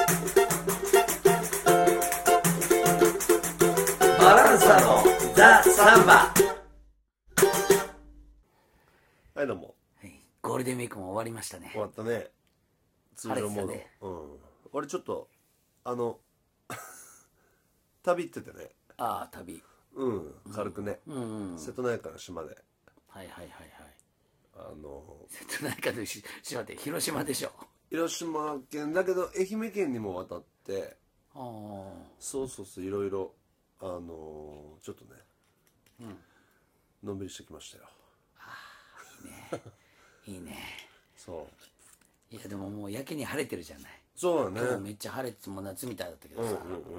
バランサのザ・サンバ。 はい、どうも。 はい、ゴールデンウィークも終わりましたね。 終わったね。通常モード。 ね、 俺ちょっと旅行っててね。 ああ、旅。 軽くね、瀬戸内海の島で。 はいはいはいはい。瀬戸内海の島って広島でしょ。 広島県だけど愛媛県にも渡って。そういろいろちょっとね、のんびりしてきましたよ。 いいね。 そう。 いやでももうやけに晴れてるじゃない。 そうだね。 今日めっちゃ晴れてもう夏みたいだったけどさ、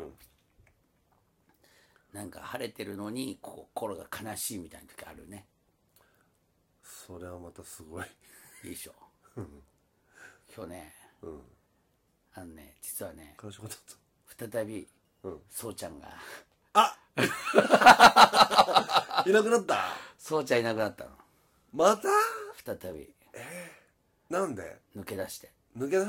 なんか晴れてるのに心が悲しいみたいな時あるね。 それはまたすごいいいでしょ。今日ね、実はね、 悲しいことだった。 再びそうちゃんがいなくなった。 そうちゃんいなくなったの。 また再びなんで抜け出して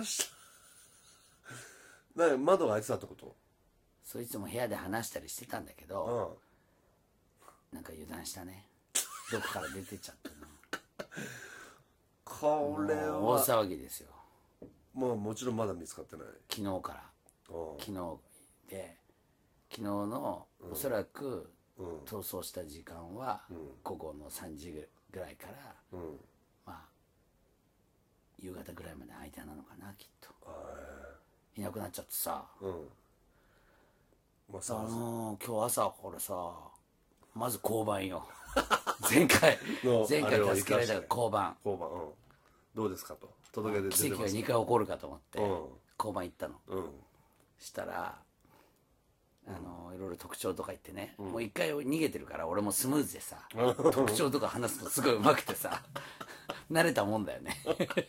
なんか窓が開いてたってこと？ そいつも部屋で話したりしてたんだけど、なんか油断したね。どこから出てっちゃったの。 これは大騒ぎですよ。 もちろんまだ見つかってない。 昨日から昨日のおそらく逃走した時間は午後の3時ぐらいからまあ夕方ぐらいまで間なのかな、きっと。いなくなっちゃってさ、今日朝これさ、まず交番よ。前回助けられた交番、 どうですかと届け出て奇跡が2回起こるかと思って交番行ったの。したらいろいろ特徴とか言ってね、もう1回逃げてるから俺もスムーズでさ、特徴とか話すのすごいうまくてさ慣れたもんだよね。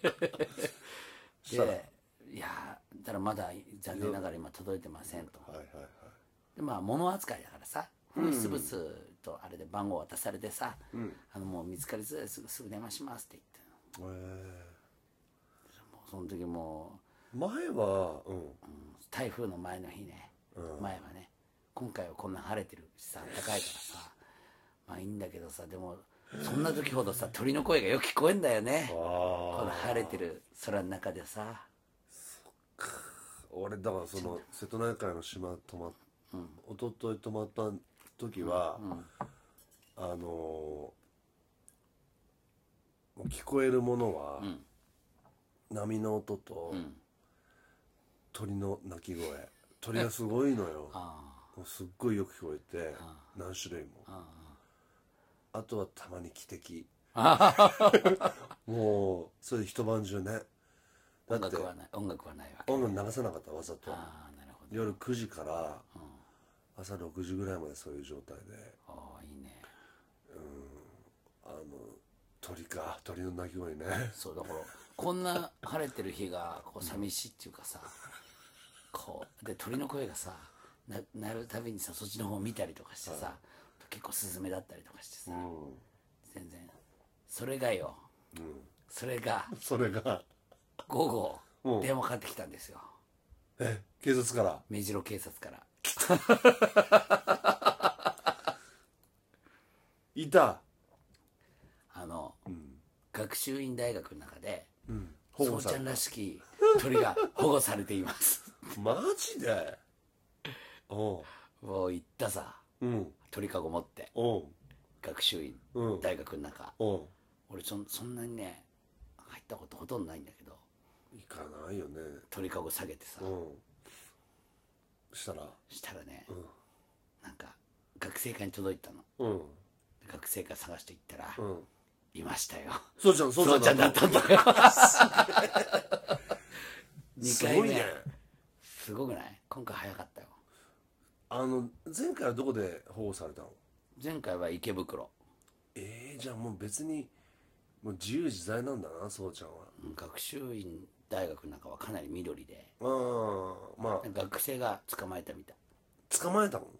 で、いやだからまだ残念ながら今届いてませんと。で物扱いだからさ、紛失物とあれで番号渡されてさ、もう見つかりづらいですぐ電話しますって言って、もうその時も前は台風の前の日ね、前はね、今回はこんな晴れてるしさ、高いからさ、まあいいんだけどさ、でもそんな時ほどさ鳥の声がよく聞こえんだよね、この晴れてる空の中でさ。 俺だからその瀬戸内海の島泊まっ一昨日泊まった時は聞こえるものは波の音と鳥の鳴き声。鳥がすごいのよ。もうすっごいよく聞こえて、何種類も。あとはたまに汽笛。もうそれで一晩中ね。 音楽はないわけ。 音楽流さなかった、わざと。夜9時から朝6時ぐらいまでそういう状態で。 いいね。 鳥の鳴き声ね。 そうだからこんな晴れてる日が寂しいっていうかさ、で鳥の声がさ鳴るたびにさ、そっちの方見たりとかしてさ、結構スズメだったりとかしてさ、全然それがそれが午後電話かかってきたんですよ。 警察から？ 目白警察から。 いた。 学習院大学の中でそうちゃんらしき鳥が保護されています。 マジで？ もう行ったさ、鳥かご持って学習院大学の中。俺そんなにね入ったことほとんどないんだけど、 行かないよね。 鳥かご下げてさ、 したらね、なんか学生課に届いたの。学生課探して行ったらいましたよ。そうちゃんだったんだよ。2回目すごくない？今回早かったよ。 前回はどこで保護されたの？ 前回は池袋。 じゃあもう別にもう自由自在なんだな、そうちゃんは。 学習院大学の中はかなり緑で、学生が捕まえたみたい。 捕まえたの？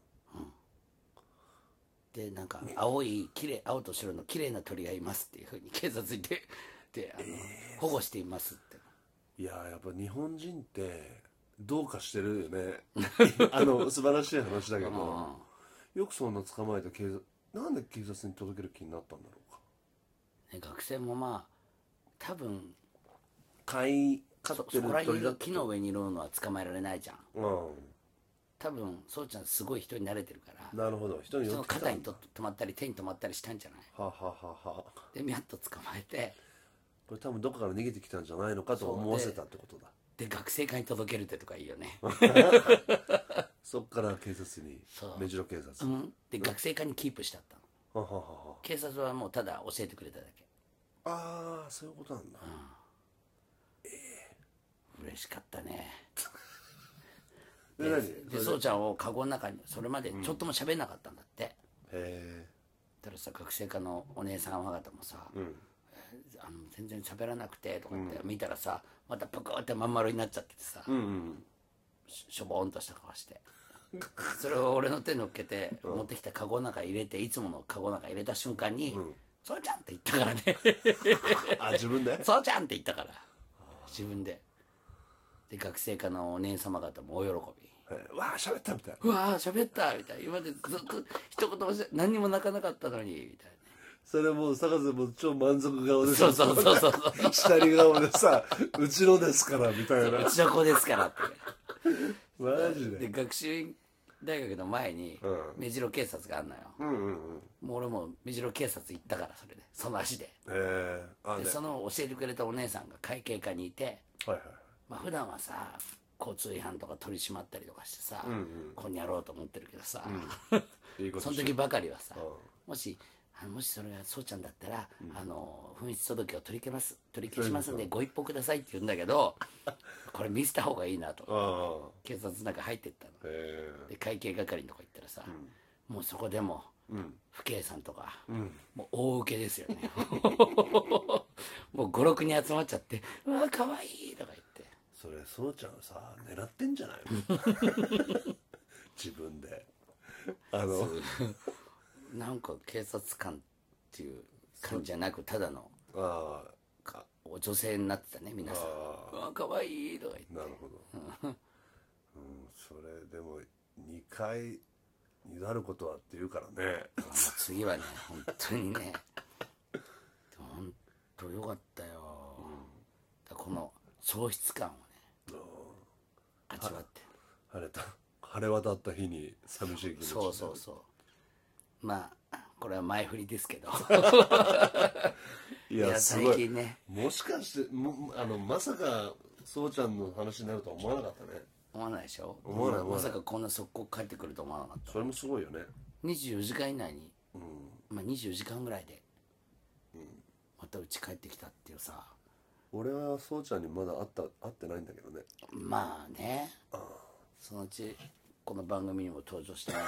でなんか青と白の綺麗な鳥がいますっていうふうに警察にで保護していますって。 いややっぱ日本人ってどうかしてるよね素晴らしい話だけど、よくそんな捕まえたなんで警察に届ける気になったんだろうか。 ね、学生もまあ多分飼ってるそこら鳥だ木の上にいるのは捕まえられないじゃん。 うん多分そうちゃんすごい人に慣れてるから、 なるほど、人にそのよって肩に止まったり手に止まったりしたんじゃない。 ははははでミャッと捕まえて、 これ多分どこから逃げてきたんじゃないのかと思わせたってことだ。 で学生課に届けるってとかいいよねそっから警察に目白警察、 で学生課にキープしてあったの。 はははは警察はもうただ教えてくれただけ。 ああそういうことなんだ、 嬉しかったねで何でそうちゃんをカゴの中に、それまでちょっとも喋んなかったんだって、 へえたださ学生課のお姉さん方もさ、全然喋らなくてとかって見たらさ、またプクってまん丸になっちゃっててさ、しょぼーんとした顔してそれを俺の手に乗っけて持ってきたカゴの中入れて、いつものカゴの中入れた瞬間に「そうちゃん」って言ったからねあ自分でそうちゃんって言ったから自分で。で学生課のお姉様方も大喜び、 わあ喋ったみたいな、 うわー喋ったみたいな、今までずっと一言も何にも泣かなかったのにみたいな。 それもう坂瀬も超満足顔でそうそうそうそう下り顔でさ「うちのですから」みたいなうちの子ですからってマジでで学習院大学の前に目白警察があんのよ、もう俺も目白警察行ったから、それでその足で、でその教えてくれたお姉さんが会計課にいて、まあ普段はさ交通違反とか取り締まったりとかしてさ、こんにゃろうと思ってるけどさ、その時ばかりはさ、もしそれがそうちゃんだったら、紛失届を取り消しますんでご一報くださいって言うんだけどこれ見せた方がいいなと警察の中入ってったので、会計係のとこ行ったらさ、もうそこでも父兄さんとか、もう大受けですよねもう56人集まっちゃって「うわかわいい」とか言って。 それそうちゃんさ狙ってんじゃないの自分でなんか警察官っていう感じじゃなく、ただの女性になってたね皆さん。うわかわいいとか言って。 なるほど、それでも2回になることはって言うからね次はね本当にね本当よかったよ、この喪失感をね味わって、 晴れ渡った日に寂しい気持ち。 そうそうそう、まあこれは前振りですけどいや最近ね、 もしかしてまさかそうちゃんの話になるとは思わなかったね。 思わないでしょ。 思わないまさかこんな速攻帰ってくると思わなかった。 それもすごいよね。 24時間以内に、まあ24時間ぐらいで、またうち帰ってきたっていうさ。 俺はそうちゃんにまだ会ってないんだけどね。 まあね、そのうちこの番組にも登場しても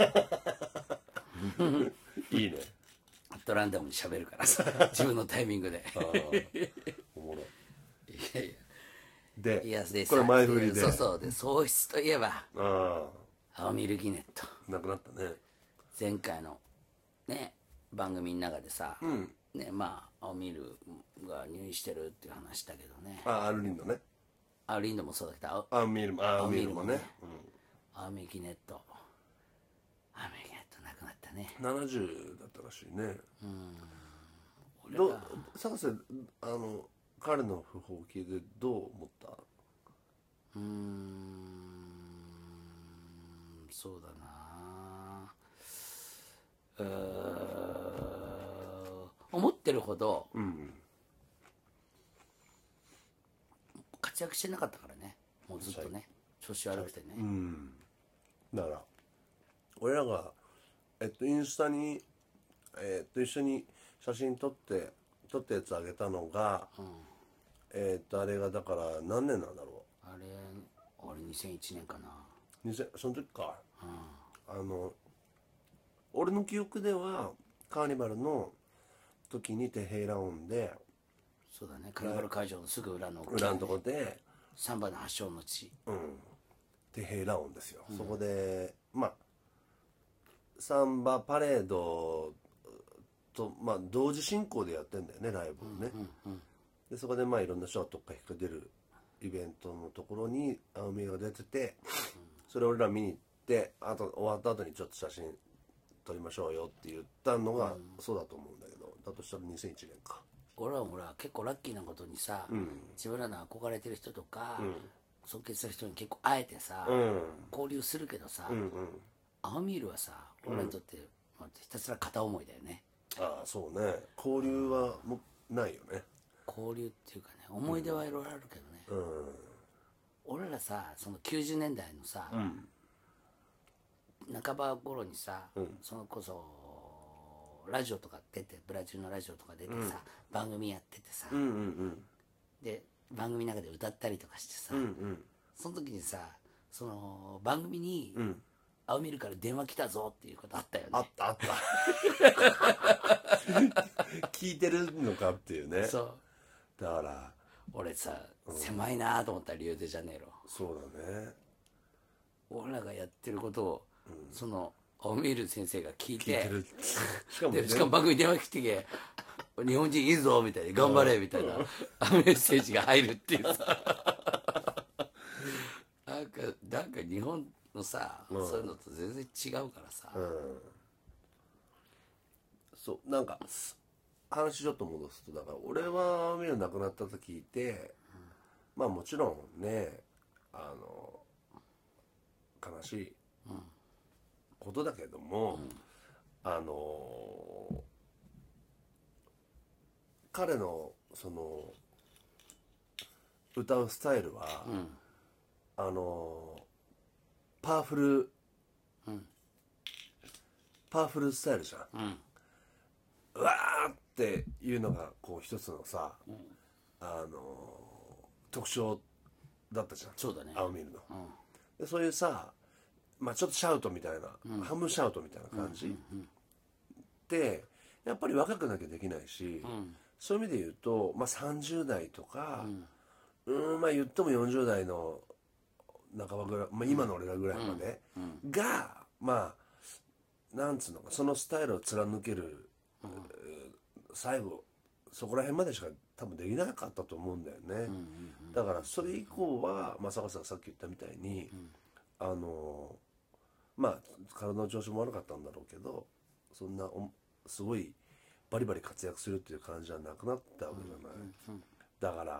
らういいね。 アットランダムに喋るからさ自分のタイミングでおもろい。 いやいやでいやでこれ前振りで、 そうそうで、喪失といえば青ミルギネットなくなったね。 前回のね番組の中でさ、ね、まあ青ミルが入院してるっていう話だけどね。 アルリンドね。 アルリンドもそうだけど、 青ミルもね。 青ミルギネットなくなったね。 70だったらしいね。坂瀬彼の訃報を聞いてどう思った？ そうだな、思ってるほど、活躍してなかったからね、もうずっとね調子悪くてね。 だから俺らがインスタに一緒に写真撮ったやつあげたのが、あれがだから何年なんだろう。あれ2001年かな。 その時か、俺の記憶ではカーニバルの時にテヘイラオンで、 そうだね、カーニバル会場のすぐ裏のとこでサンバの発祥の地、 テヘイラオンですよ、そこでまあサンバパレードと、同時進行でやってんだよね、ライブをね。でそこでいろんな人がどっか引っか出るイベントのところに青みが出てて、それ俺ら見に行って、あと終わった後にちょっと写真撮りましょうよって言ったのがそうだと思うんだけど、だとしたら2001年か。 俺はほら結構ラッキーなことにさ、自分らの憧れてる人とか、尊敬する人に結構会えてさ、交流するけどさ、青ミールはさ俺らにとって、ひたすら片思いだよね。 ああそうね、交流はもないよね。 交流っていうかね、思い出はいろいろあるけどね、俺らさその90年代のさ、半ば頃にさ、そのこそラジオとか出て、ブラジルのラジオとか出てさ、番組やっててさ、で番組の中で歌ったりとかしてさ、その時にさその番組に、青ミルから電話来たぞっていうことあったよね。 あったあった聞いてるのかっていうね。 そうだから俺さ、狭いなと思ったリオデジャネイロ。 そうだね。 俺らがやってることを、その青ミル先生が聞いて、 聞いてるしかも番組に電話来てけ日本人いいぞみたいな、頑張れみたいなメッセージが入るっていうさなんか日本のさ、そういうのと全然違うからさ、 そうなんか話ちょっと戻すと、だから俺は青みが亡くなったと聞いて、まあもちろんね悲しいことだけども、彼のその歌うスタイルは、パワフルスタイルじゃん、うわーっていうのがこう一つのさ、特徴だったじゃん。 そうだね。 青ミルの、でそういうさ、まあちょっとシャウトみたいな、ハムシャウトみたいな感じ、でやっぱり若くなきゃできないし、そういう意味で言うと、まあ、30代とか、まあ言っても40代の半ばぐらい、まあ、今の俺らぐらいまでが、まあなんつうのか、そのスタイルを貫ける、最後そこら辺までしか多分できなかったと思うんだよね。だからそれ以降は、まあ、坂さんがさっき言ったみたいに、まあ体の調子も悪かったんだろうけど、そんなすごいバリバリ活躍するっていう感じはなくなったわけじゃない。だから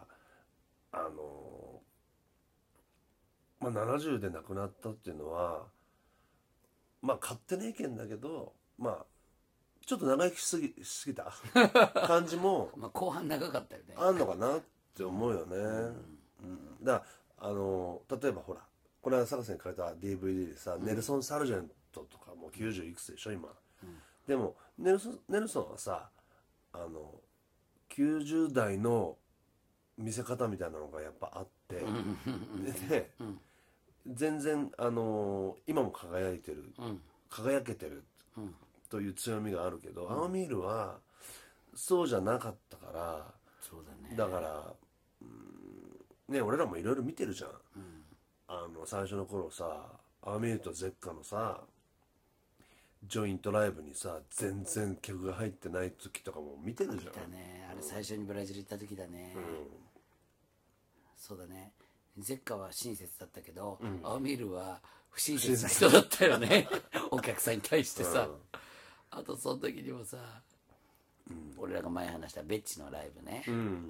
まあ、70で亡くなったっていうのは、まあ勝手な意見だけど、まあちょっと長生きしすぎた感じもまあ後半長かったよね。 あんのかなって思うよね。だから例えばほら、これは坂さんに書いた DVD でさ、ネルソン・サルジェントとかもう90いくつでしょ今、でもネルソンはさ、90代の見せ方みたいなのがやっぱあって、で、全然今も輝けてるという強みがあるけど、青ミールはそうじゃなかったから。 そうだね。 だからね、俺らもいろいろ見てるじゃん、最初の頃さ、青ミールとゼッカのさジョイントライブにさ、全然曲が入ってない時とかも見てるじゃん。見たね、あれ最初にブラジル行った時だね。そうだね。ゼッカは親切だったけど、青ミールは不親切な人だったよねお客さんに対してさ、あとその時にもさ、俺らが前話したベッチのライブね、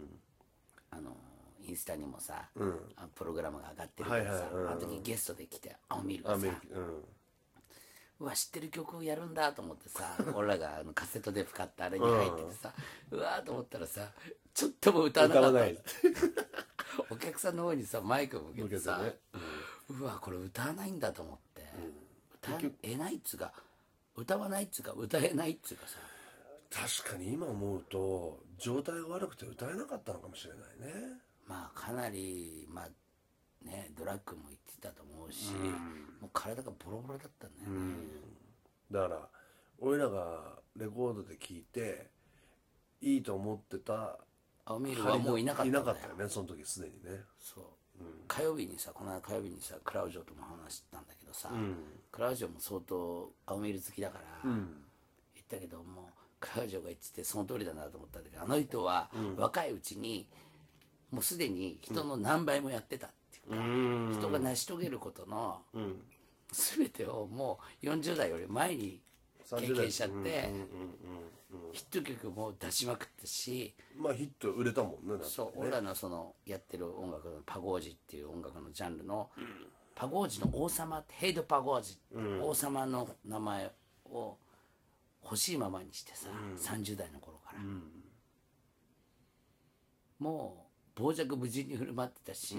インスタにもさ、プログラムが上がってるからさ、あの時ゲストで来て青ミールがさ、うわ知ってる曲をやるんだと思ってさ俺らがカセットテープ買ったあれに入っててさ、うわーと思ったらさ、ちょっとも歌わなかったお客さんの方にさマイク向けてさ、うわこれ歌わないんだと思って、歌えないっつうか歌わないっつうか歌えないっつうかさ、 確かに今思うと状態が悪くて歌えなかったのかもしれないね。 まあかなりまあね、ドラッグも言ってたと思うし、もう体がボロボロだったんだよね。 だから俺らがレコードで聴いていいと思ってた青ミールはもういなかったんだよ。 いなかったよね、その時すでにね。 そう、火曜日にさ、この間火曜日にさクラウジョとも話したんだけどさ、クラウジョも相当青ミール好きだから、言ったけどもクラウジョが言っててその通りだなと思ったんだけど、あの人は若いうちにもうすでに人の何倍もやってたっていうか、人が成し遂げることの全てをもう40代より前に経験しちゃって、ヒット曲も出しまくったし、 まあヒット売れたもんね。だってね、 そう俺らのそのやってる音楽のパゴージっていう音楽のジャンルの、パゴージの王様ってヘイドパゴージ、王様の名前を欲しいままにしてさ、30代の頃から、もう傍若無人に振る舞ってたし、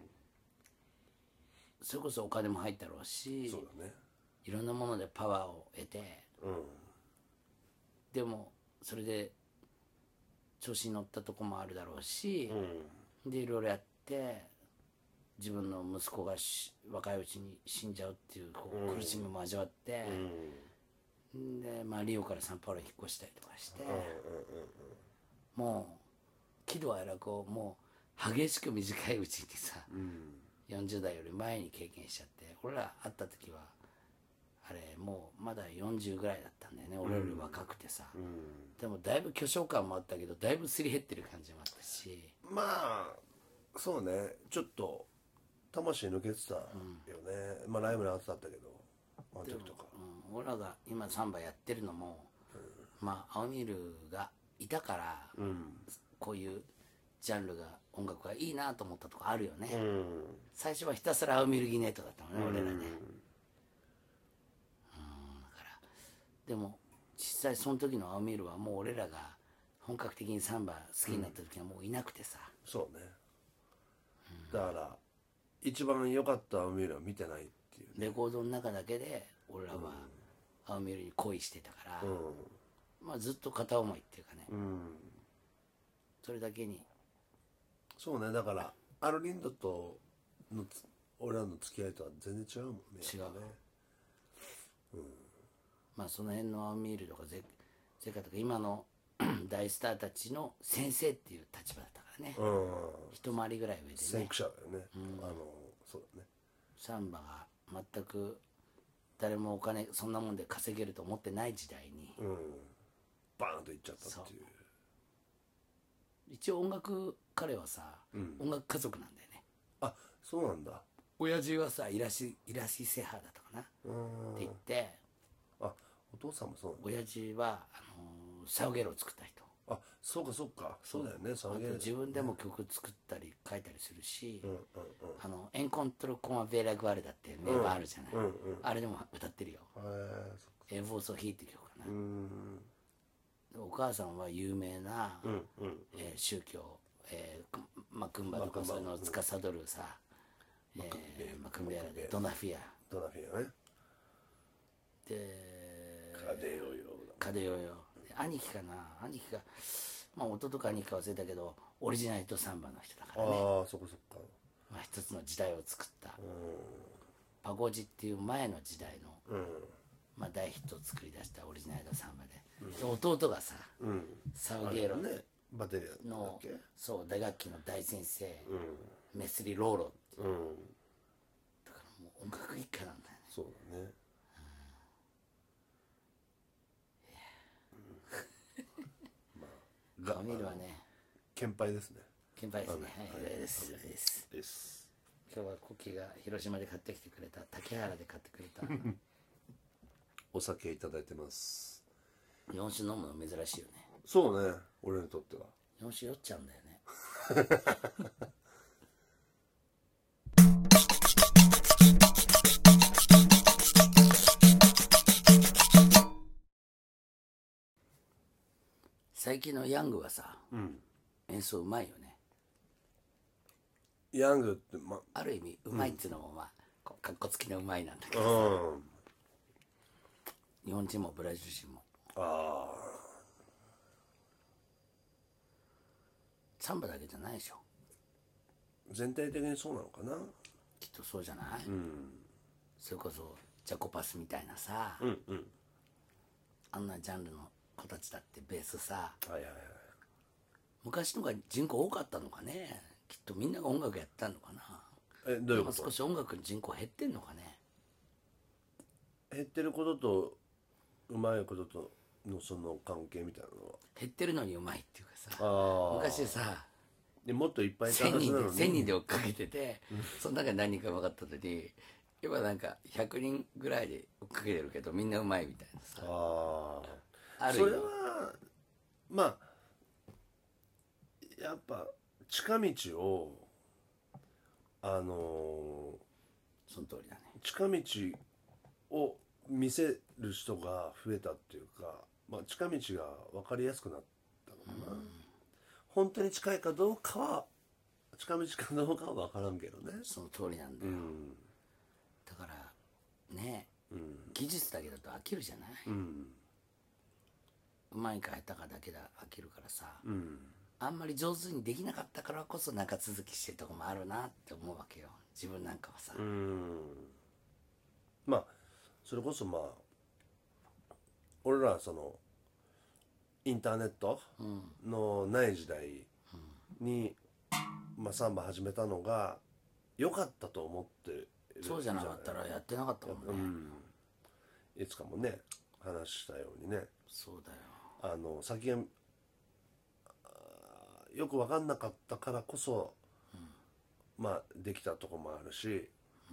それこそお金も入ったろうし、 そうだね、 いろんなものでパワーを得て、でもそれで調子に乗ったとこもあるだろうし、でいろいろやって自分の息子が若いうちに死んじゃうっていう苦しみも味わって、で、まあ、リオからサンパウロに引っ越したりとかして、もう喜怒哀楽をもう激しく短いうちにさ、40代より前に経験しちゃって、俺ら会った時はあれもうまだ40ぐらいだったんだよね、俺より若くてさ、でもだいぶ巨匠感もあったけど、だいぶすり減ってる感じもあったし、 まあそうね、ちょっと魂抜けてたよね、まあライブの後だったけど、あの時とか、 俺らが今サンバやってるのも、まあ青ミールがいたから、こういうジャンルが音楽がいいなと思ったとこあるよね、最初はひたすら青ミールギネートだったのね、俺らね、だからでも実際その時の青ミールはもう俺らが本格的にサンバ好きになった時はもういなくてさ、 そうね、だから一番良かった青ミールは見てないっていう、 レコードの中だけで俺らは青ミールに恋してたから、まあずっと片思いっていうかね、それだけに。 そうね、だからアルリンドとの俺らの付き合いとは全然違うもんね。 違うね、まあその辺の青ミールとかゼカとか今の大スターたちの先生っていう立場だったからね、一回りぐらい上でね、 先駆者だよね、そうだね、 サンバが全く誰もお金そんなもんで稼げると思ってない時代に、 バーンといっちゃったっていう。 一応音楽彼はさ、音楽家族なんだよね。 あ、そうなんだ。 親父はさイラシセハだったかなって言って、 あ、お父さんもそうなんだ。 親父はサウゲロを作った人。 あ、そうかそうか、そうだよね、サウゲロ。 自分でも曲作ったり書いたりするし、エンコントロコマベラグアルだって名版あるじゃない、あれでも歌ってるよ。エンフォーソヒーって曲かな。お母さんは有名な宗教、マクンバとかそういうのを司るさ、マクンベラでドナフィアね。 でカデヨヨ兄貴かな、兄貴がまあ弟か兄貴か忘れたけどオリジナルとサンバの人だからね。 ああ、そこそっか。 まあ一つの時代を作ったパゴジっていう前の時代の、まあ大ヒットを作り出したオリジナルとサンバで、弟がさ、サウゲーロバテリアのそう打楽器の大先生、メスリ・ローロっていう、だからもう音楽一家なんだよね。 そうだね。 まあ見るはね、 献杯ですね。 献杯ですね。です。今日はコキが広島で買ってきてくれた、竹原で買ってくれたお酒いただいてます。 日本酒飲むの珍しいよね。 そうね、俺にとっては。 日本酒酔っちゃうんだよね最近のヤングはさ、演奏うまいよね。 ヤングって、 ある意味うまいっていうのもまあ、かっこつきのうまいなんだけどさ、日本人もブラジル人もサンバだけじゃないでしょ。 全体的にそうなのかな。 きっとそうじゃない、それこそジャコパスみたいなさ、あんなジャンルの子たちだってベースさ、昔のが人口多かったのかね。きっとみんなが音楽やったのかな。 どういうこと？ 今少し音楽の人口減ってんのかね。 減ってることとうまいこととのその関係みたいなのは減ってるのにうまいっていうかさ、昔さでもっといっぱいいたは 1000人でずなのに 1000人で追っかけてて、その中に何人か分かったのに、今なんか100人ぐらいで追っかけてるけどみんなうまいみたいなさ、 ああるよ。 それはまあやっぱ近道をその通りだね。 近道を見せる人が増えたっていうか、まあ、近道が分かりやすくなったのかな、本当に近いかどうかは近道かどうかは分からんけどね。 その通りなんだよ、だからね、技術だけだと飽きるじゃない、うまいか下手かだけで飽きるからさ、あんまり上手にできなかったからこそ長続きしてるとこもあるなって思うわけよ、自分なんかはさ。 まあそれこそまあ俺らはそのインターネットのない時代に、まあ、サンバ始めたのが良かったと思ってる。 そうじゃなかったらやってなかったもんね、 いつかもね話したようにね、 そうだよ。 先がよく分かんなかったからこそ、まあできたとこもあるし、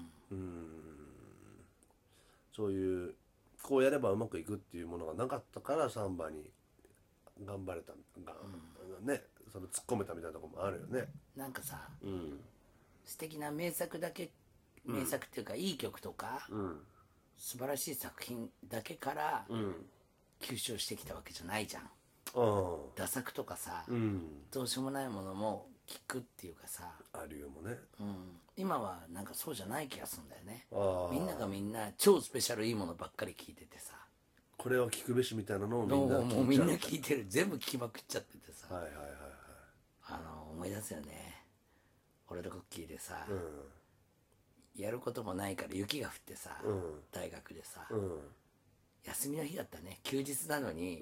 そういうこうやればうまくいくっていうものがなかったからサンバに頑張れたね、その突っ込めたみたいなとこもあるよね。 なんかさ、素敵な名作だけ、名作っていうかいい曲とか、素晴らしい作品だけから吸収してきたわけじゃないじゃん。ダ作とかさ、どうしようもないものも聞くっていうかさ、 あるよもね、 今はなんかそうじゃない気がするんだよね。みんながみんな超スペシャルいいものばっかり聞いててさ、 これは聞くべしみたいなのをもうみんな聞いてる、全部聞きまくっちゃっててさ、 はいはいはいはい、 思い出すよね。俺とクッキーでさ、やることもないから雪が降ってさ、大学でさ、休みの日だったね、休日なのに、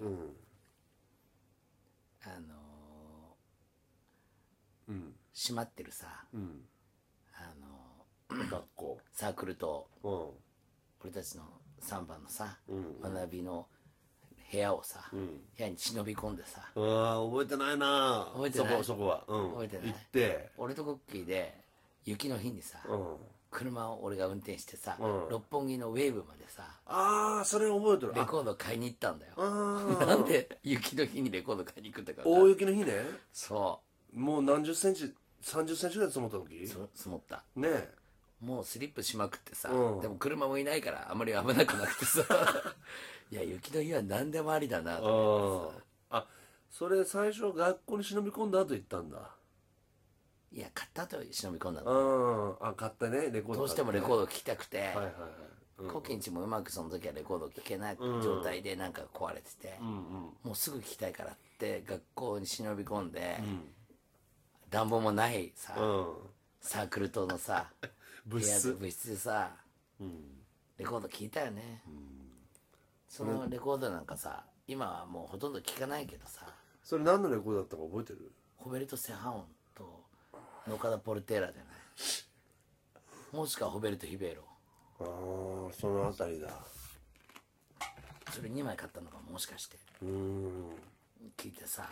閉まってるさ、 学校サークルと俺たちの3番のさ、学びの部屋をさ、部屋に忍び込んでさ、 覚えてないな。 覚えてないそこは、 覚えてない。 行って俺とクッキーで雪の日にさ、車を俺が運転してさ、六本木のウェーブまでさ、 それ覚えてる。 レコード買いに行ったんだよ。なんで雪の日にレコード買いに行くんだか。 大雪の日ね。 そもう何十センチ、30センチぐらい積もった時積もったねえ。 もうスリップしまくってさ、でも車もいないからあんまり危なくなくてさいや雪の日は何でもありだなと思ってさ。 それ最初学校に忍び込んだ後行ったんだ。 いや買った後忍び込んだの。 買ったね、レコード。 どうしてもレコード聴きたくて、 はいはいはい、 コキンチもうまくその時はレコード聴けない状態でなんか壊れてて、もうすぐ聴きたいからって学校に忍び込んで、暖房もないさ、サークル棟のさ部室でさ、レコード聴いたよね、そのレコードなんかさ今はもうほとんど聴かないけどさ。 それ何のレコードだったか覚えてる？ ホベルト・セハオンとノカダ・ポルテーラじゃない、もしくはホベルト・ヒベロ。 そのあたりだ。 それ2枚買ったのかもしかして聞いてさ、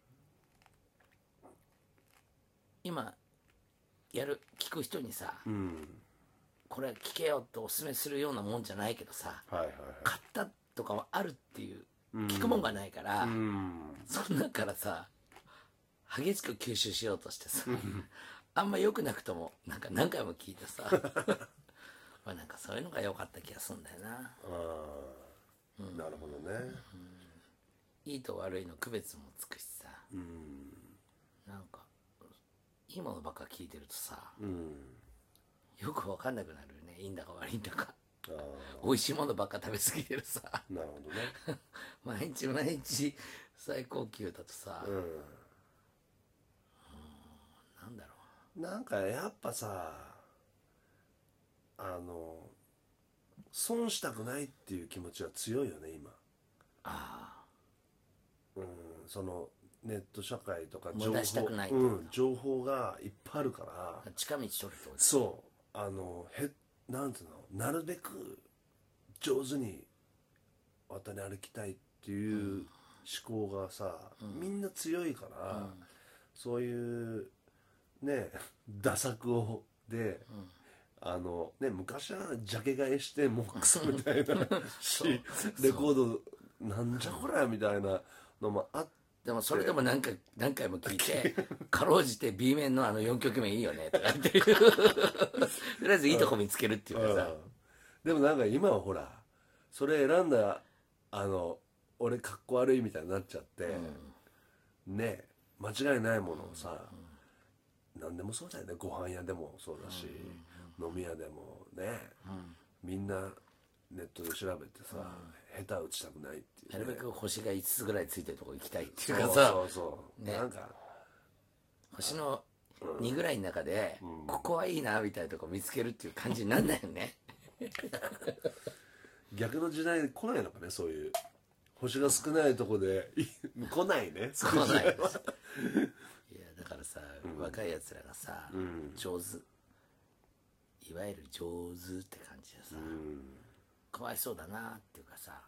今聞く人にさ、これ聞けよっておすすめするようなもんじゃないけどさ、買ったとかはあるっていう聞くもんがないから、そんなんからさ激しく吸収しようとしてさあんま良くなくともなんか何回も聞いてさまあなんかそういうのが良かった気がするんだよな。 なるほどね、 いいと悪いの区別もつくしさ、なんかいいものばっか聞いてるとさ、よく分かんなくなるよね、いいんだか悪いんだか。美味しいものばっか食べ過ぎてるさ。 なるほどね毎日毎日最高級だとさ、なんだろう、なんかやっぱさ損したくないっていう気持ちは強いよね今。そのネット社会とか無駄したくない情報がいっぱいあるから、 近道取ると。 そうなんていうの、なるべく上手に渡り歩きたいっていう思考がさ、みんな強いから、そういうねダ作をで、昔はジャケ買いしてもうクソみたいなしレコードなんじゃこりゃみたいなのもあって、 でもそれでも何回も聞いてかろうじて B 面の4曲目いいよねとかっていうとりあえずいいとこ見つけるっていうかさ、 でもなんか今はほらそれ選んだ俺かっこ悪いみたいになっちゃって、ね間違いないものをさ、何でもそうだよね、ご飯屋でもそうだし、飲み屋でもね、みんなネットで調べてさ、下手打ちたくないっていう、 なるべく星が5つぐらいついてるとこ行きたいっていうかさ、 そうそう、 ね、 なんか星の2ぐらいの中で、ここはいいなみたいなとこ見つけるっていう感じになんないよね逆の時代来ないのかね、そういう星が少ないとこで来ないね、 来ないいやだからさ、若いやつらがさ、上手、いわゆる上手って感じでさ、かわいそうだなっていうかさ、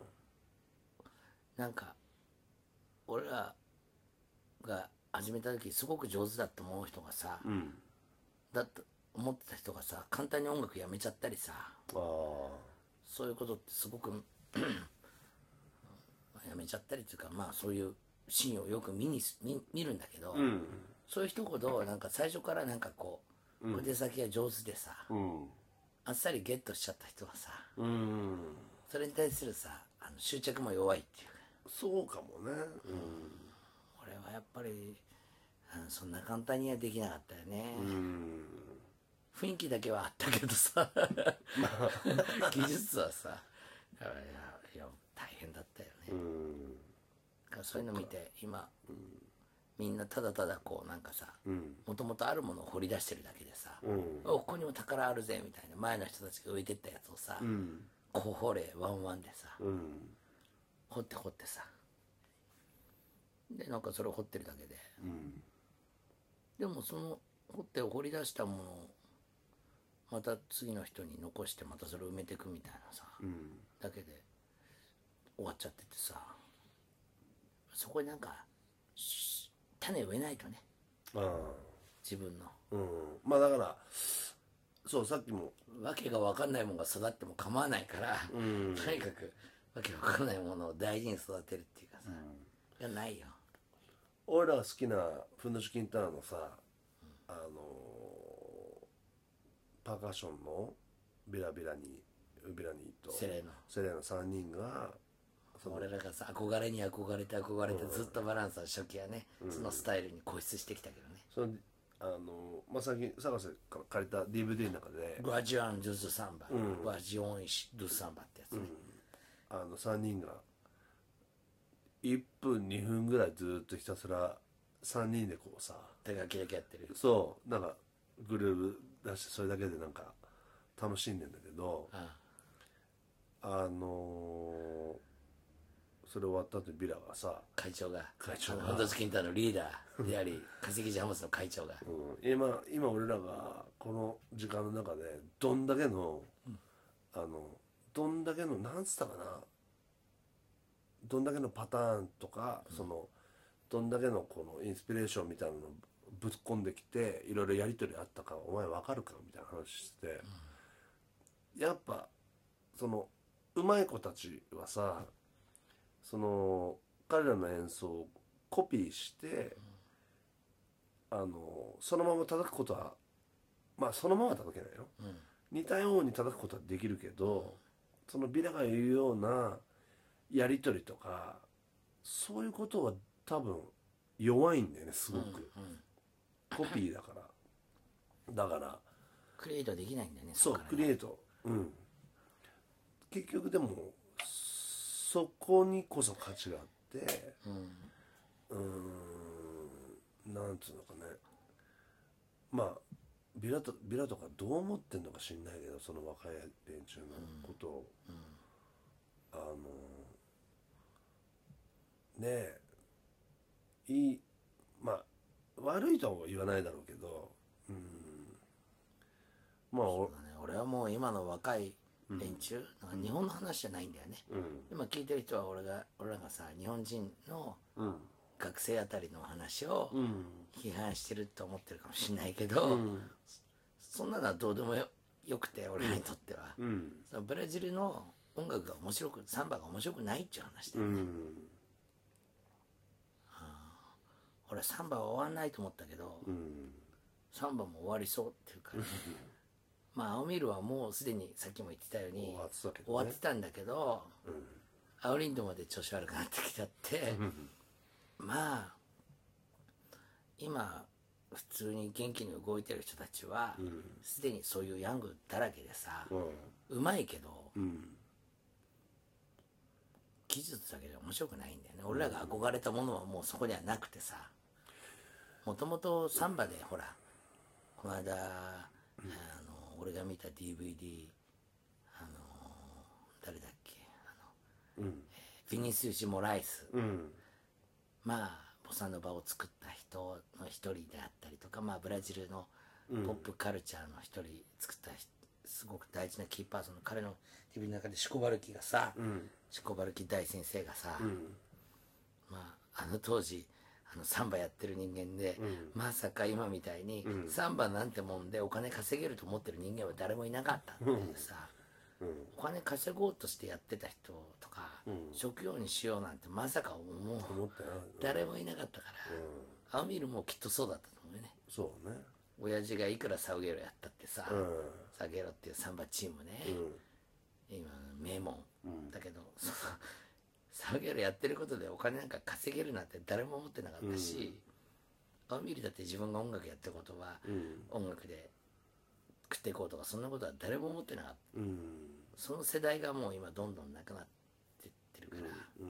なんか俺らが始めた時すごく上手だと思う人がさ、だって思ってた人がさ簡単に音楽やめちゃったりさ、そういうことってすごくやめちゃったりっていうか、まあそういうシーンをよく見るんだけど、そういう人ほどなんか最初からなんかこう小手先が上手でさ、あっさりゲットしちゃった人はさ、それに対するさ執着も弱いっていうか、 そうかもね、 俺はやっぱりそんな簡単にはできなかったよね、雰囲気だけはあったけどさ技術はさいや大変だったよね、だからそういうの見て今、みんなただただこうなんかさもともとあるものを掘り出してるだけでさ、ここにも宝あるぜみたいな、前の人たちが浮いてったやつをさ、こう掘れワンワンでさ、掘ってさでなんかそれを掘ってるだけで、でもその掘り出したものをまた次の人に残してまたそれを埋めていくみたいなさ、だけで終わっちゃっててさ、そこになんか種植えないとね、自分の、 まあだからそうさっきもわけが分かんないものが育っても構わないから、とにかくわけ分かんないものを大事に育てるっていうかさ、いやないよ。 俺らが好きなふんどしキンターのさ、パーカッションのビラビラニとセレーノ 3人が俺らがさ憧れに憧れてずっとバランスは初期はね、そのスタイルに固執してきたけどね。 その最近探せから借りた DVD の中でグアジオン・ドゥス・サンバ、グアジオン・ドゥス・サンバってやつね、 3人が1分2分ぐらいずっとひたすら3人でこうさ手書きだけやってる、 そうなんかグルーブ出してそれだけでなんか楽しんでんだけど、それ終わった後にビラがさ会長がハンドスキンターのリーダーであり化石ジャムスの会長が、 今俺らがこの時間の中でどんだけのなんつったかな、どんだけのパターンとか、どんだけのこのインスピレーションみたいなのぶっ込んできていろいろやり取りあったかお前分かるかみたいな話して、やっぱそのうまい子たちはさ、彼らの演奏をコピーして、そのまま叩くことはまあそのまま叩けないよ、似たように叩くことはできるけど、そのビラが言うようなやり取りとかそういうことは多分弱いんだよね、すごく、コピーだからクリエイトできないんだよね。 そうクリエイト、結局でもそこにこそ価値があって、なんつうのかね、まあビラとかどう思ってんのか知んないけど、その若い連中のことを、ねえまあ悪いとは言わないだろうけど、まあ俺はもう今の若い連中、なんか日本の話じゃないんだよね、今聞いてる人は俺らがさ日本人の学生あたりの話を批判してると思ってるかもしれないけど、そんなのはどうでもよくて俺らにとっては、そのブラジルの音楽が面白くサンバが面白くないっていう話だよね。俺サンバは終わんないと思ったけど、サンバも終わりそうっていうかねまあ青ミールはもうすでにさっきも言ってたように終わってたんだけど、青リンドまで調子悪くなってきちゃってまあ今普通に元気に動いてる人たちはすでにそういうヤングだらけでさ、うまいけど、技術だけで面白くないんだよね。俺らが憧れたものはもうそこにはなくてさ、もともとサンバでほらこの間俺が見た DVD 誰だっけフィニスユシ・モライス、まあボサノバを作った人の一人であったりとか、まあブラジルのポップカルチャーの一人作ったすごく大事なキーパーソンの彼の TV の中でシコバルキがさ、シコバルキ大先生がさ、まあ当時サンバやってる人間で、まさか今みたいに、サンバなんてもんでお金稼げると思ってる人間は誰もいなかったっていうさ、お金稼ごうとしてやってた人とか、職業にしようなんてまさか誰もいなかったから、青ミルもきっとそうだったと思うよね。 そうね。 親父がいくらサウゲロやったってさ、サゲロっていうサンバチームね、今名門、だけどサウゲロやってることでお金なんか稼げるなんて誰も思ってなかったし、青ミルだって自分が音楽やってることは、音楽で食っていこうとかそんなことは誰も思ってなかった、その世代がもう今どんどんなくなってってるから、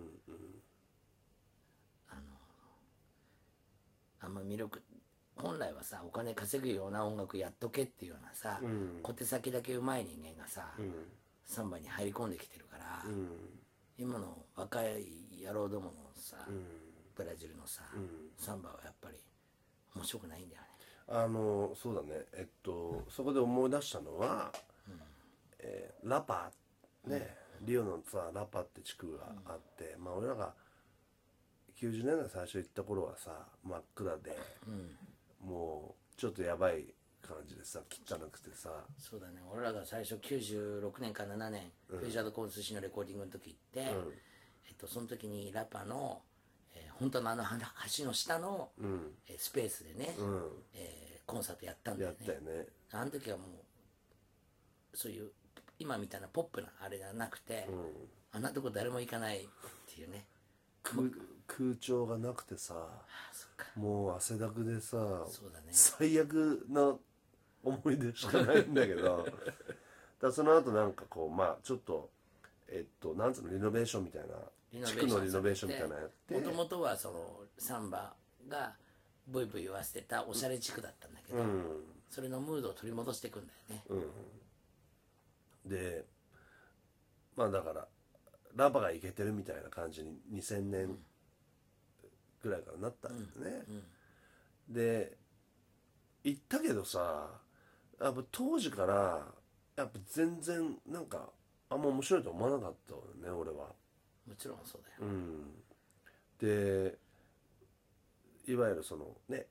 あんま魅力本来はさお金稼ぐような音楽やっとけっていうようなさ、小手先だけうまい人間がさ、サンバに入り込んできてるから、今の若い野郎どものさ、ブラジルのさ、サンバはやっぱり面白くないんだよね。 そうだね。そこで思い出したのは、ラパね、リオのさラパって地区があって、まあ俺らが90年代最初行った頃はさ真っ暗で、もうちょっとやばい感じでさ汚くてさ。 そうだね。俺らが最初96年か7年、フェイジャードコーン寿司のレコーディングの時行って、その時にラパの、本当の橋の下の、スペースでね、コンサートやったんだよね。 やったよね。 あの時はもうそういう今みたいなポップなあれがなくて、あんなとこ誰も行かないっていうね。 空調がなくてさ、もう汗だくでさ、 そうだね、 最悪な思い出しかないんだけどだその後なんかこうまあちょっとなんつうのリノベーションみたいな、地区のリノベーションみたいなのやって、 もともとはそのサンバがブイブイ言わせてたおしゃれ地区だったんだけど、それのムードを取り戻していくんだよね。 でまあだからラバがイケてるみたいな感じに2000年ぐらいからなったんだよね。で行ったけどさ、やっぱ当時からやっぱ全然なんかあんま面白いと思わなかったよね俺は。 もちろんそうだよ。 でいわゆるそのね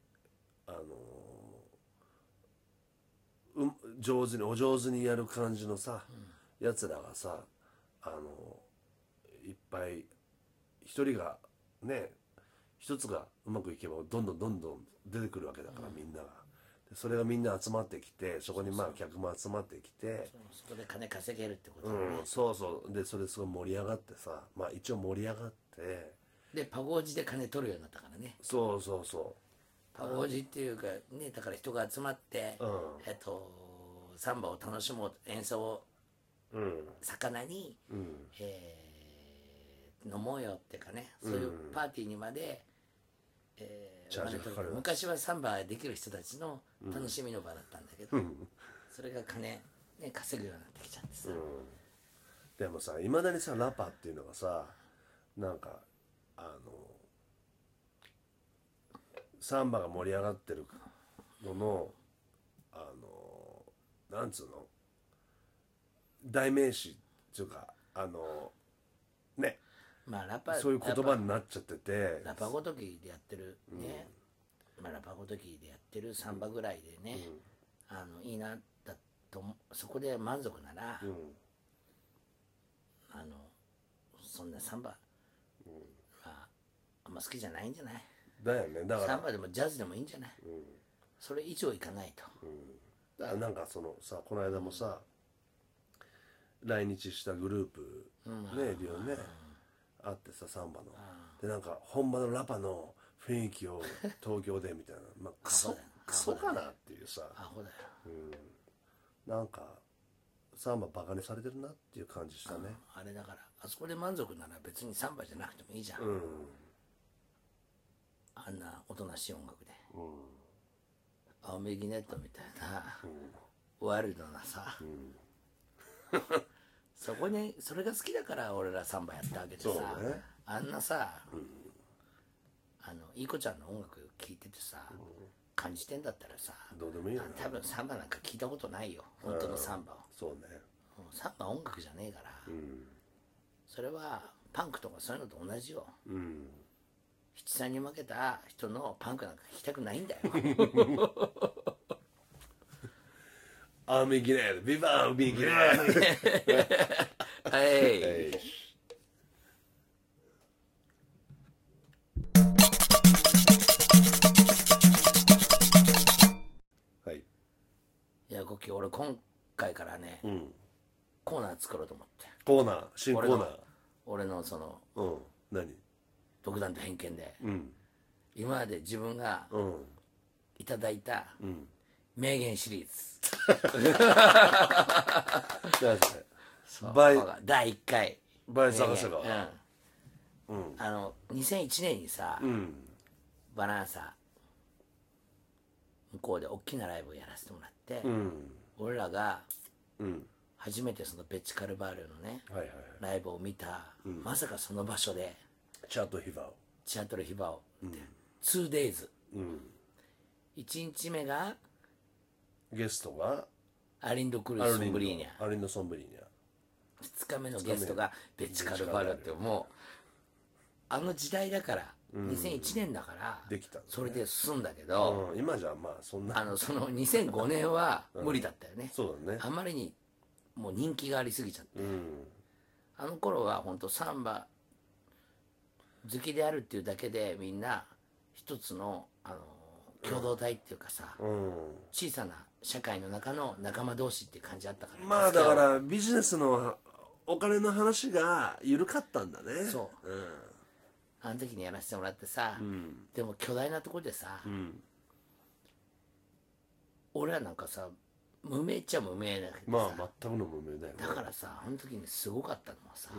お上手にやる感じのさ、やつらがさいっぱい一人がね一つがうまくいけばどんどん出てくるわけだから、みんながでそれがみんな集まってきて、そこにまあ客も集まってきて、 そこで金稼げるってことだね。 そうそうでそれすごい盛り上がってさ、まあ一応盛り上がってでパゴージで金取るようになったからね。 そうパゴージっていうかね、だから人が集まって、サンバを楽しもう演奏を、魚に、飲もうよっていうかね、そういうパーティーにまで、 チャージかかる。 昔はサンバできる人たちの楽しみの場だったんだけど、それが金、ね、稼ぐようになってきちゃってさ、 でもさいまだにさラパっていうのがさなんかサンバが盛り上がってるののなんつうの代名詞っていうかね、 まあラパそういう言葉になっちゃってて、 ラパごときでやってるね、まあラパごときでやってるサンバぐらいでね、いいなだとそこで満足なら、そんなサンバ、あんま好きじゃないんじゃない。 だよね。だからサンバでもジャズでもいいんじゃない、それ以上いかないと、 だからなんかそのさ、この間もさ、来日したグループね、リオねあってさ、サンバので、なんか本場のラパの雰囲気を東京でみたいな、まあクソかなっていうさ、 アホだよ、 なんかサンババカにされてるなっていう感じしたね。 あれだからあそこで満足なら別にサンバじゃなくてもいいじゃん、あんなおとなしい音楽で、青メギネットみたいな、ワイルドなさ、そこにそれが好きだから俺らサンバやったわけでさ、 そうね、 あんなさ、いい子ちゃんの音楽聴いててさ、感じてんだったらさ、 どうでもいいよね。 多分サンバなんか聞いたことないよ、本当のサンバを。 そうね。 サンバ音楽じゃねえから、それはパンクとかそういうのと同じよ。七三に負けた人のパンクなんか聞きたくないんだよ。 アーミギネービバーミギネーはい、 はい。 いやゴッキー、俺今回からね、コーナー作ろうと思って。 コーナー、新コーナー。 俺のその何？ 独断と偏見で、今まで自分がいただいた名言シリーズ、第1回バイ探せば、 2001年にさ、バナナサ向こうで大きなライブをやらせてもらって、俺らが初めてそのベッチカルバールのね、ライブを見た、まさかその場所でチャートヒバオ、 チャートルヒバオって、2days、1日目がゲストがアリンド・クルーソンブリーニャ、 アリンド・ソンブリーニャ、 2日目のゲストがベッチカルバルって、もうあの時代だから、2001年だからできた、 それで済んだけど、 今じゃまあそんなその2005年は無理だったよね、 そうだね。 あまりにもう人気がありすぎちゃって、あの頃は本当サンバ好きであるっていうだけでみんな一つの共同体っていうかさ、小さな社会の中の仲間同士っていう感じだったから、 まあだからビジネスのお金の話が緩かったんだね。 そう、あの時にやらせてもらってさ、でも巨大なところでさ、俺らなんかさ無名っちゃ無名だけどさ、 まあ全くの無名だよね。 だからさ、あの時にすごかったのはさ、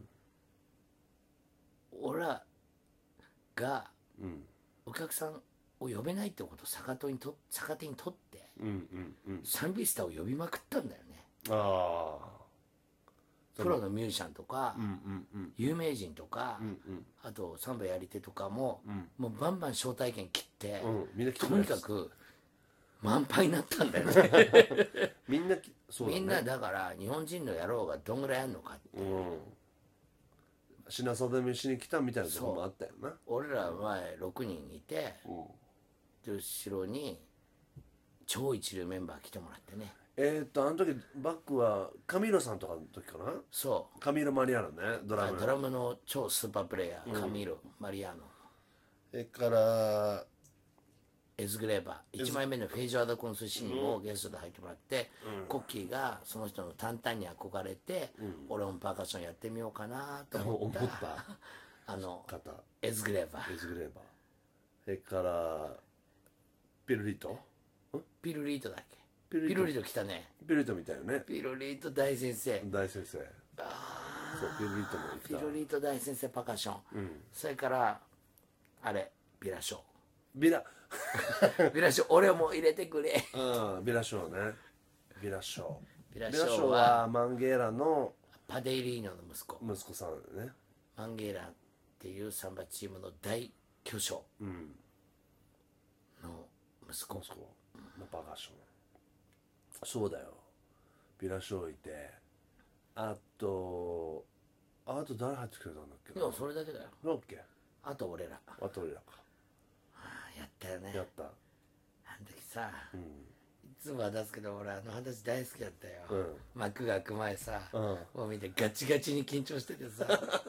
俺らがお客さんを呼べないってことを逆手にとって、サンビスタを呼びまくったんだよね。 ああ、 プロのミュージシャンとか、有名人とか、あとサンバやり手とかも、もうバンバン招待券切って、とにかく満杯になったんだよね。 みんなそうだね。 みんなだから日本人の野郎がどんぐらいあるのかって、 品定めしに来たみたいなところもあったよな。 俺ら前6人いて、で後ろに超一流メンバー来てもらってね。 あの時バックはカミーロさんとかの時かな。 そう、 カミーロ・マリアーノね、ドラムの超スーパープレイヤー、カミーロ・マリアーノ、 それからエズグレーバー、1枚目のフェイジョアダ・コンスシーンをゲストで入ってもらって、コッキーがその人のタンタンに憧れて、俺もパーカッションやってみようかなと思った方、 エズグレーバー、 エズグレーバー、それからピルリート、 ピルリートだっけ、ピルリート来たね。 ピルリートみたいよね。 ピルリート大先生、 大先生、そうピルリートも来た。 ピルリート大先生パーカッション、それからあれビラショー、ビラショー、俺も入れてくれ。 ビラショーね。ビラショー。 ビラショーはマンゲーラのパデイリーノの息子さんね。 マンゲーラっていうサンバチームの大巨匠の息子、 のパーカッション。そうだよ。ビラショーいて、あとあと誰入ってくれたんだっけな。 でもそれだけだよ。 なんだっけ。 あと俺ら。 あと俺らか。 やったよね。 やった。 あの時さ、いつもは出すけど俺あの話大好きだったよ、幕が開く前さ、もうみんなガチガチに緊張しててさ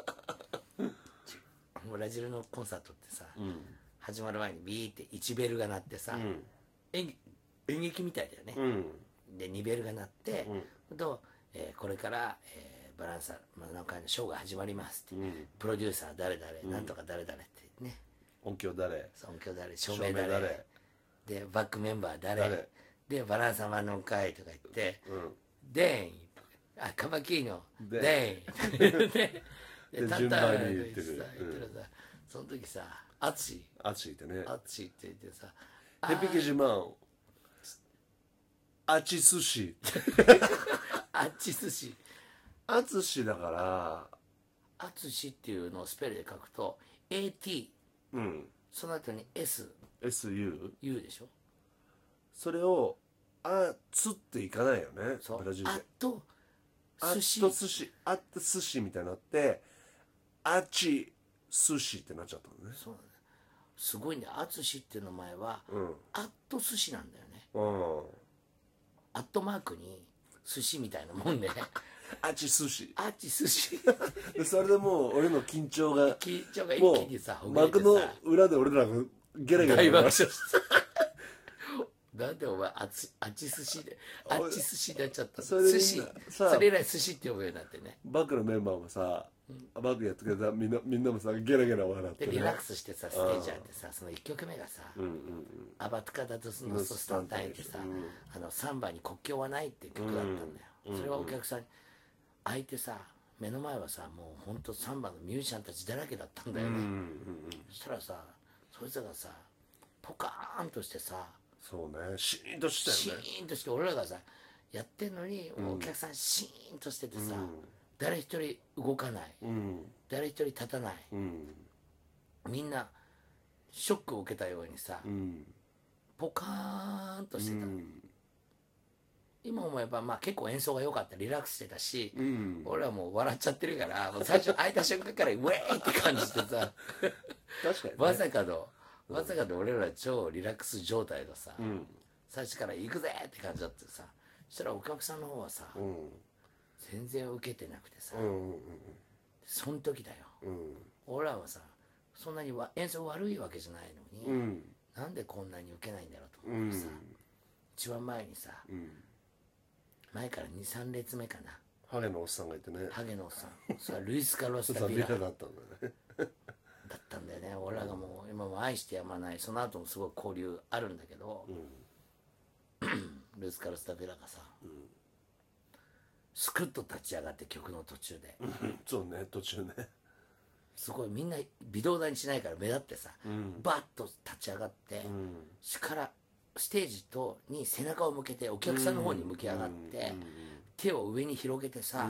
ブラジルのコンサートってさ、始まる前にビーって1ベルが鳴ってさ、演劇みたいだよね、で2ベルが鳴って、と、これから、バランサ何回のショーが始まりますって、プロデューサー誰々、なんとか誰々ってね、 音響誰、 音響誰、照明誰でバックメンバー誰でバランサマンの会とか言って、デーンカバキーノデーンで順番に言ってるさ、その時さアツシってね、 アツシって言ってさ、 ヘピケジマンアチ寿司アチ寿司アツシだからアツシっていうのをスペルで書くと AT、その後に SU U でしょ。 それをあつっていかないよね、ブラジルで。 あと寿司あと寿司みたいになってあち寿司ってなっちゃったのね。 そうすごいね。アツシっていう名前は、アット寿司なんだよね。アットマークに寿司みたいなもんであち寿司アチ寿司それでもう俺の緊張が一気にさ幕の裏で俺らがゲラゲラ大爆笑したなんでお前あち寿司であっち寿司になっちゃったの。寿司それ以来寿司って呼ぶようになってね。 バックのメンバーもさ、バックやってくれたみんなもさゲラゲラ笑って、 でリラックスしてさステージあってさ、その1曲目がさ「アバトカダドスノストスタンタイン」ってさ、サンバに国境はないっていう曲だったんだよ。それはお客さんに相手さ、目の前はさもうほんとサンバのミュージシャンたちだらけだったんだよね。そしたらさそいつらがさポカーンとしてさ、 そうね、シーンとしたよね。 シーンとして俺らがさやってんのに、お客さんシーンとしててさ、誰一人動かない、誰一人立たない、みんなショックを受けたようにさ、ポカーンとしてた、今思えばまあ結構演奏が良かった、リラックスしてたし、俺はもう笑っちゃってるからもう最初開いた瞬間からウェーイって感じしてさ確かに、ね、 まさかの俺ら超リラックス状態のさ、最初から行くぜって感じだってさ、そしたらお客さんの方はさ、全然受けてなくてさ、その時だよ、俺らはさそんなに演奏悪いわけじゃないのに、なんでこんなに受けないんだろうと思ってさ、一番前にさ、前から 2,3 列目かな、 ハゲのおっさんがいてね、 ハゲのおっさんそれはルイス・カルロス・ダビラだったんだねだったんだよね。俺らがもう今も愛してやまない、その後もすごい交流あるんだけど、ルイス・カルロス・ダビラがさ、スクッと立ち上がって曲の途中で、 そうね、途中ね、 すごいみんな微動だにしないから目立ってさ、バッと立ち上がって、からステージに背中を向けてお客さんの方に向き上がって、手を上に広げてさ、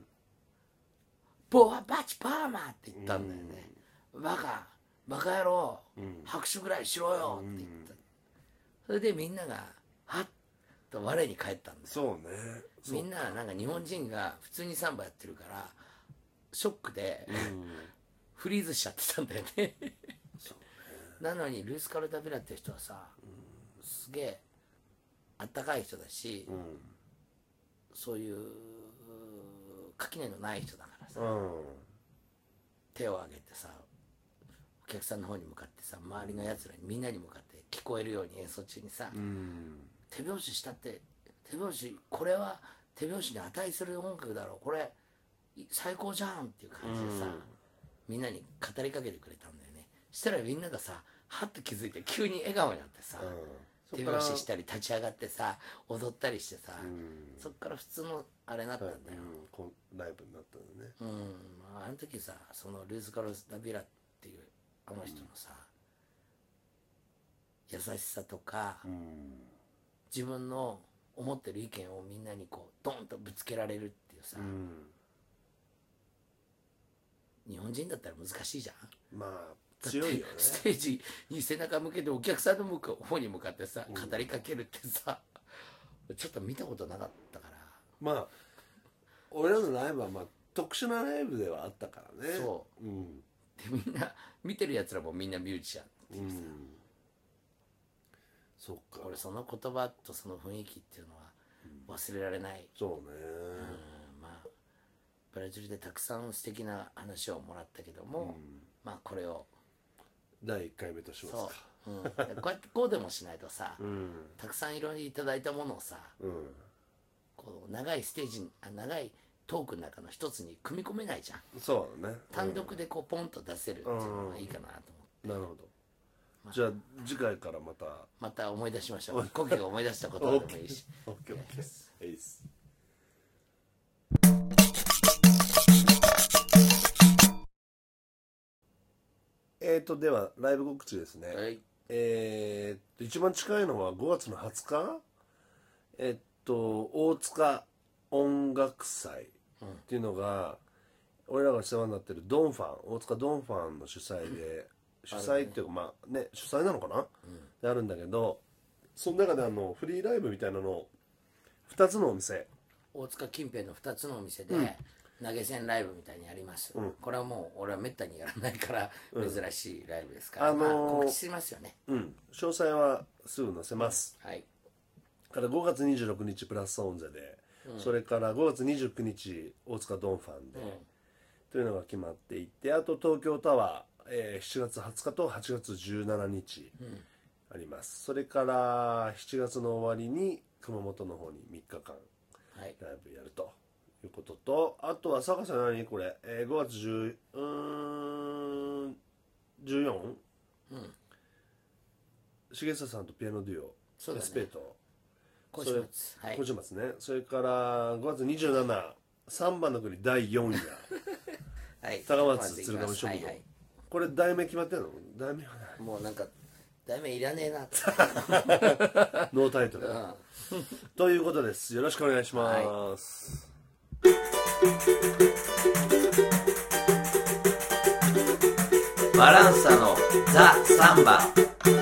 ボアバチパーマって言ったんだよね。バカ野郎、拍手ぐらいしろよって言った。それでみんながはっと我に返ったんだよ。 そうね、 みんななんか日本人が普通にサンバやってるからショックで、フリーズしちゃってたんだよねなのにルイス・カルダビラっていう人はさ、すげえあったかい人だし、そういう垣根のない人だからさ、手を挙げてさお客さんの方に向かってさ、周りのやつらにみんなに向かって聞こえるように演奏中にさ、手拍子したって、手拍子これは手拍子に値する音楽だろう、これ最高じゃんっていう感じでさ、みんなに語りかけてくれたんだよね。したらみんながさはっと気づいて急に笑顔になってさ、手拍子したり立ち上がってさ踊ったりしてさ、そっから普通のあれになったんだよ、 ライブになったのね。 あの時さ、そのルイス・カルロス・ダビラっていうあの人のさ、優しさとか、自分の思ってる意見をみんなにこうドンとぶつけられるっていうさ、日本人だったら難しいじゃん。 まあ強いよね。 ステージに背中向けてお客さんの方に向かってさ語りかけるってさ、ちょっと見たことなかったから。 まあ俺らのライブはまあ特殊なライブではあったからね。 そう、でみんな見てるやつらもみんなミュージシャンっていうさ、 そっか。 俺その言葉とその雰囲気っていうのは忘れられない。 そうね。 まあブラジルでたくさん素敵な話をもらったけども、まあこれを第1回目としますか。 こうやってこうでもしないとさ、たくさんいろいろいただいたものをさ、こう長いステージ長いトークの中の一つに組み込めないじゃん。 そうだね。 単独でこうポンと出せるっていうのがいいかなと思って、 なるほど。じゃあ次回からまた思い出しましょう。コケが思い出したことでもいいし。 オッケーオッケー。いいっす。ではライブ告知ですね。 はい。 一番近いのは5月の20日、大塚音楽祭っていうのが、俺らが世話になってるドンファン、大塚ドンファンの主催で、主催っていうかまあね、主催なのかな、であるんだけど、その中でフリーライブみたいなのを2つのお店、 大塚近辺の2つのお店で投げ銭ライブみたいにやります、これはもう俺はめったにやらないから珍しいライブですから、告知しますよね。 詳細はすぐ載せます。 はい。 から5月26日プラスオンゼで、それから5月29日大塚ドンファンで、というのが決まっていて、あと東京タワー、7月20日と8月17日あります。それから7月の終わりに熊本の方に3日間ライブやるということと、あとは坂さん何これ、5月14、重久さんとピアノデュオ、エスペート、 今週末ね。それから5月27、3番の国第4夜高松鶴亀食堂、これ題名決まってるの？題名はない。 もうなんか題名いらねえなってノータイトル、ということです。よろしくお願いします。 バランサのザ・サンバ。